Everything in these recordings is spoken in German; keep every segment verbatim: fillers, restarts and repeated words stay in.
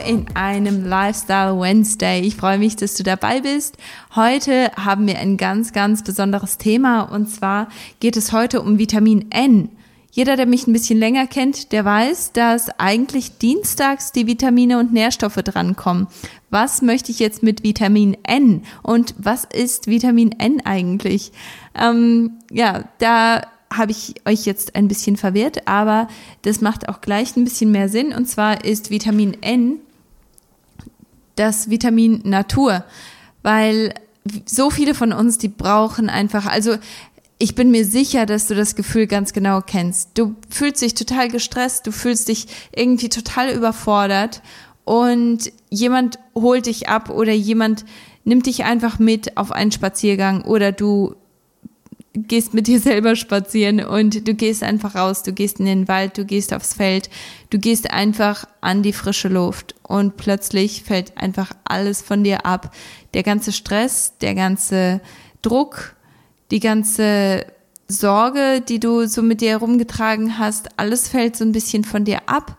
in einem Lifestyle Wednesday. Ich freue mich, dass du dabei bist. Heute haben wir ein ganz, ganz besonderes Thema und zwar geht es heute um Vitamin N. Jeder, der mich ein bisschen länger kennt, der weiß, dass eigentlich dienstags die Vitamine und Nährstoffe drankommen. Was möchte ich jetzt mit Vitamin N und was ist Vitamin N eigentlich? Ähm, ja, da habe ich euch jetzt ein bisschen verwirrt, aber das macht auch gleich ein bisschen mehr Sinn. Und zwar ist Vitamin N das Vitamin Natur, weil so viele von uns, die brauchen einfach, also ich bin mir sicher, dass du das Gefühl ganz genau kennst. Du fühlst dich total gestresst, du fühlst dich irgendwie total überfordert und jemand holt dich ab oder jemand nimmt dich einfach mit auf einen Spaziergang oder du gehst mit dir selber spazieren und du gehst einfach raus, du gehst in den Wald, du gehst aufs Feld, du gehst einfach an die frische Luft und plötzlich fällt einfach alles von dir ab. Der ganze Stress, der ganze Druck, die ganze Sorge, die du so mit dir herumgetragen hast, alles fällt so ein bisschen von dir ab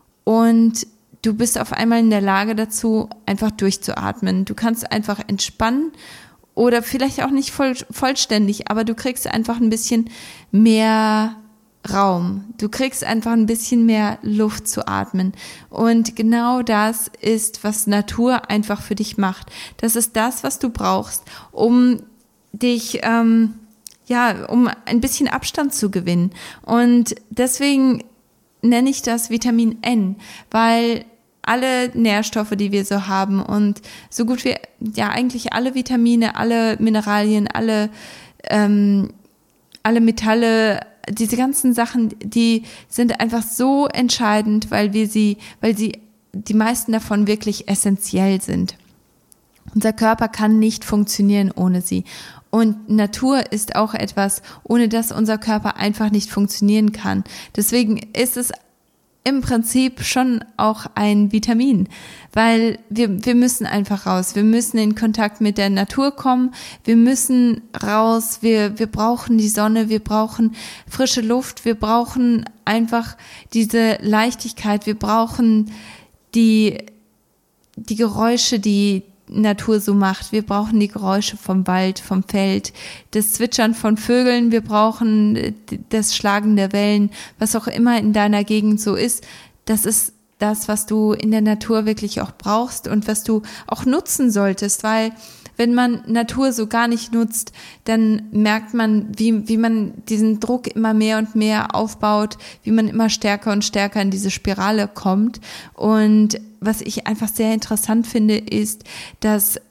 und du bist auf einmal in der Lage dazu, einfach durchzuatmen. Du kannst einfach entspannen oder vielleicht auch nicht voll, vollständig, aber du kriegst einfach ein bisschen mehr Raum. Du kriegst einfach ein bisschen mehr Luft zu atmen. Und genau das ist, was Natur einfach für dich macht. Das ist das, was du brauchst, um dich, ähm, ja, um ein bisschen Abstand zu gewinnen. Und deswegen nenne ich das Vitamin N, weil alle Nährstoffe, die wir so haben und so gut wie, ja, eigentlich alle Vitamine, alle Mineralien, alle, ähm, alle Metalle, diese ganzen Sachen, die sind einfach so entscheidend, weil wir sie, weil sie, die meisten davon wirklich essentiell sind. Unser Körper kann nicht funktionieren ohne sie. Und Natur ist auch etwas, ohne das unser Körper einfach nicht funktionieren kann. Deswegen ist es im Prinzip schon auch ein Vitamin, weil wir, wir müssen einfach raus. Wir müssen in Kontakt mit der Natur kommen. Wir müssen raus. Wir, wir brauchen die Sonne. Wir brauchen frische Luft. Wir brauchen einfach diese Leichtigkeit. Wir brauchen die, die Geräusche, die Natur so macht. Wir brauchen die Geräusche vom Wald, vom Feld, das Zwitschern von Vögeln, wir brauchen das Schlagen der Wellen, was auch immer in deiner Gegend so ist. Das ist das, was du in der Natur wirklich auch brauchst und was du auch nutzen solltest, weil wenn man Natur so gar nicht nutzt, dann merkt man, wie, wie man diesen Druck immer mehr und mehr aufbaut, wie man immer stärker und stärker in diese Spirale kommt. Und was ich einfach sehr interessant finde, ist, dass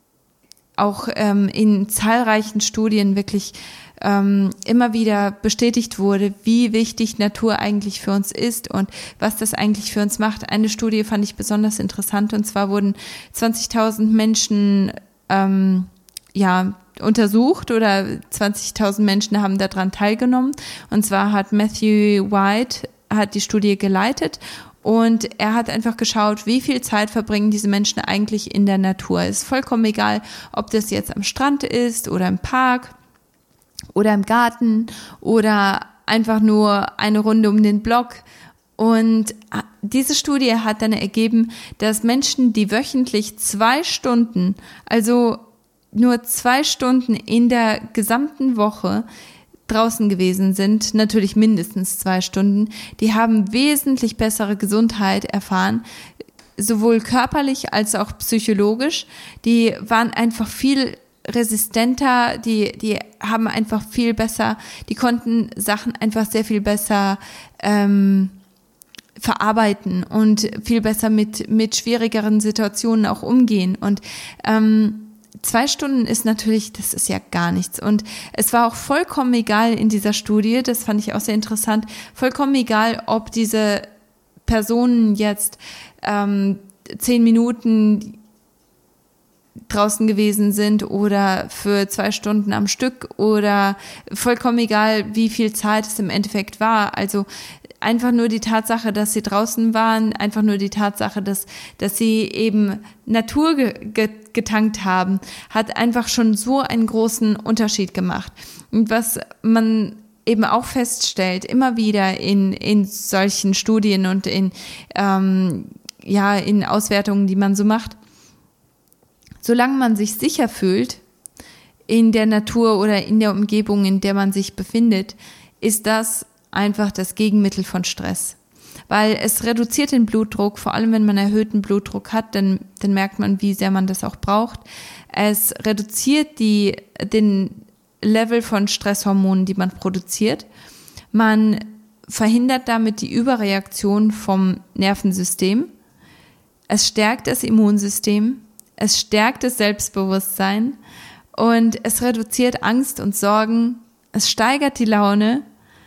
auch ähm, in zahlreichen Studien wirklich ähm, immer wieder bestätigt wurde, wie wichtig Natur eigentlich für uns ist und was das eigentlich für uns macht. Eine Studie fand ich besonders interessant und zwar wurden zwanzigtausend Menschen ähm, ja untersucht oder zwanzigtausend Menschen haben daran teilgenommen und zwar hat Matthew White hat die Studie geleitet. Und er hat einfach geschaut, wie viel Zeit verbringen diese Menschen eigentlich in der Natur. Es ist vollkommen egal, ob das jetzt am Strand ist oder im Park oder im Garten oder einfach nur eine Runde um den Block. Und diese Studie hat dann ergeben, dass Menschen, die wöchentlich zwei Stunden, also nur zwei Stunden in der gesamten Woche draußen gewesen sind, natürlich mindestens zwei Stunden, die haben wesentlich bessere Gesundheit erfahren, sowohl körperlich als auch psychologisch. Die waren einfach viel resistenter, die, die haben einfach viel besser, die konnten Sachen einfach sehr viel besser ähm, verarbeiten und viel besser mit, mit schwierigeren Situationen auch umgehen. Und ähm, Zwei Stunden ist natürlich, das ist ja gar nichts. Und es war auch vollkommen egal in dieser Studie, das fand ich auch sehr interessant, vollkommen egal, ob diese Personen jetzt ähm, zehn Minuten draußen gewesen sind oder für zwei Stunden am Stück oder vollkommen egal, wie viel Zeit es im Endeffekt war. Also einfach nur die Tatsache, dass sie draußen waren, einfach nur die Tatsache, dass dass sie eben Natur ge- ge- getankt haben, hat einfach schon so einen großen Unterschied gemacht. Und was man eben auch feststellt, immer wieder in in solchen Studien und in ähm, ja, in Auswertungen, die man so macht. Solange man sich sicher fühlt in der Natur oder in der Umgebung, in der man sich befindet, ist das einfach das Gegenmittel von Stress. Weil es reduziert den Blutdruck, vor allem wenn man erhöhten Blutdruck hat, dann, dann merkt man, wie sehr man das auch braucht. Es reduziert die, den Level von Stresshormonen, die man produziert. Man verhindert damit die Überreaktion vom Nervensystem. Es stärkt das Immunsystem. Es stärkt das Selbstbewusstsein. Und es reduziert Angst und Sorgen. Es steigert die Laune.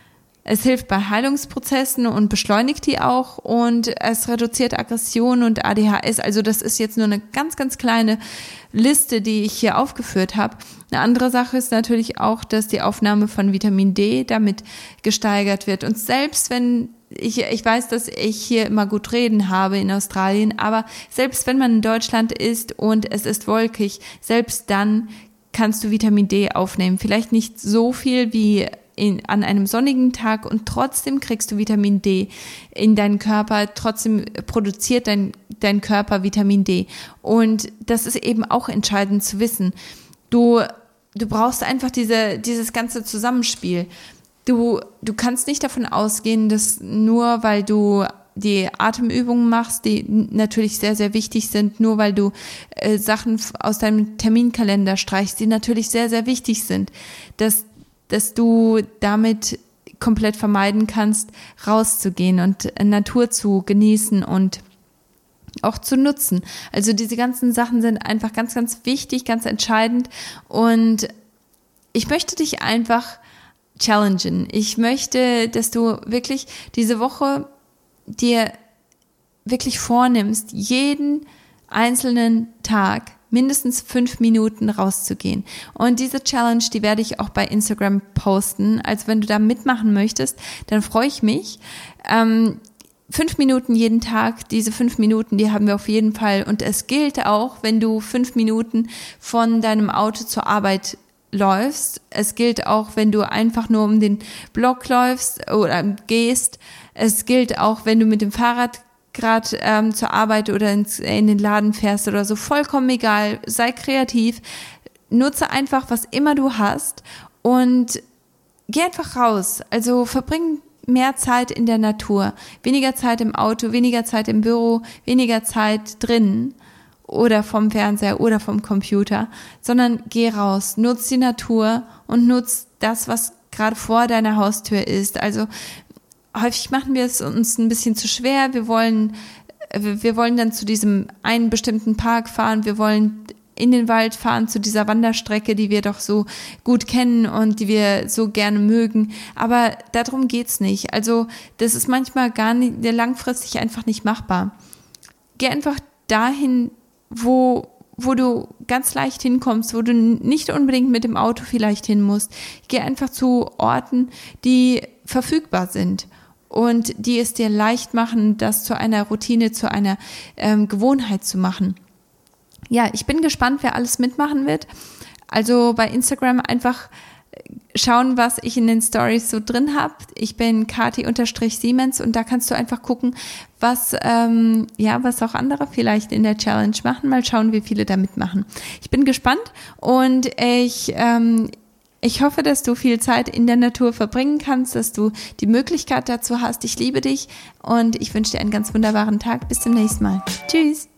Es hilft bei Heilungsprozessen und beschleunigt die auch und es reduziert Aggression und A D H S. Also das ist jetzt nur eine ganz, ganz kleine Liste, die ich hier aufgeführt habe. Eine andere Sache ist natürlich auch, dass die Aufnahme von Vitamin D damit gesteigert wird. Und selbst wenn, ich, ich weiß, dass ich hier immer gut reden habe in Australien, aber selbst wenn man in Deutschland ist und es ist wolkig, selbst dann kannst du Vitamin D aufnehmen. Vielleicht nicht so viel wie In, an einem sonnigen Tag und trotzdem kriegst du Vitamin D in deinen Körper, trotzdem produziert dein, dein Körper Vitamin D. Und das ist eben auch entscheidend zu wissen. Du, du brauchst einfach diese, dieses ganze Zusammenspiel. Du, du kannst nicht davon ausgehen, dass nur weil du die Atemübungen machst, die natürlich sehr, sehr wichtig sind, nur weil du äh, Sachen aus deinem Terminkalender streichst, die natürlich sehr, sehr wichtig sind, dass dass du damit komplett vermeiden kannst, rauszugehen und Natur zu genießen und auch zu nutzen. Also diese ganzen Sachen sind einfach ganz, ganz wichtig, ganz entscheidend und ich möchte dich einfach challengen. Ich möchte, dass du wirklich diese Woche dir wirklich vornimmst, jeden einzelnen Tag mindestens fünf Minuten rauszugehen. Und diese Challenge, die werde ich auch bei Instagram posten. Also wenn du da mitmachen möchtest, dann freue ich mich. Ähm, fünf Minuten jeden Tag, diese fünf Minuten, die haben wir auf jeden Fall. Und es gilt auch, wenn du fünf Minuten von deinem Auto zur Arbeit läufst. Es gilt auch, wenn du einfach nur um den Block läufst oder gehst. Es gilt auch, wenn du mit dem Fahrrad gerade ähm, zur Arbeit oder ins, in den Laden fährst oder so, vollkommen egal, sei kreativ, nutze einfach, was immer du hast und geh einfach raus, also verbring mehr Zeit in der Natur, weniger Zeit im Auto, weniger Zeit im Büro, weniger Zeit drin oder vom Fernseher oder vom Computer, sondern geh raus, nutz die Natur und nutz das, was gerade vor deiner Haustür ist, also häufig machen wir es uns ein bisschen zu schwer. Wir wollen, wir wollen dann zu diesem einen bestimmten Park fahren. Wir wollen in den Wald fahren, zu dieser Wanderstrecke, die wir doch so gut kennen und die wir so gerne mögen. Aber darum geht's nicht. Also, das ist manchmal gar nicht, langfristig einfach nicht machbar. Geh einfach dahin, wo, wo du ganz leicht hinkommst, wo du nicht unbedingt mit dem Auto vielleicht hin musst. Geh einfach zu Orten, die verfügbar sind und die es dir leicht machen, das zu einer Routine, zu einer ähm, Gewohnheit zu machen. Ja, ich bin gespannt, wer alles mitmachen wird. Also bei Instagram einfach schauen, was ich in den Stories so drin habe. Ich bin Kati-Siemens und da kannst du einfach gucken, was ähm, ja, was auch andere vielleicht in der Challenge machen. Mal schauen, wie viele da mitmachen. Ich bin gespannt und ich ähm, Ich hoffe, dass du viel Zeit in der Natur verbringen kannst, dass du die Möglichkeit dazu hast. Ich liebe dich und ich wünsche dir einen ganz wunderbaren Tag. Bis zum nächsten Mal. Tschüss.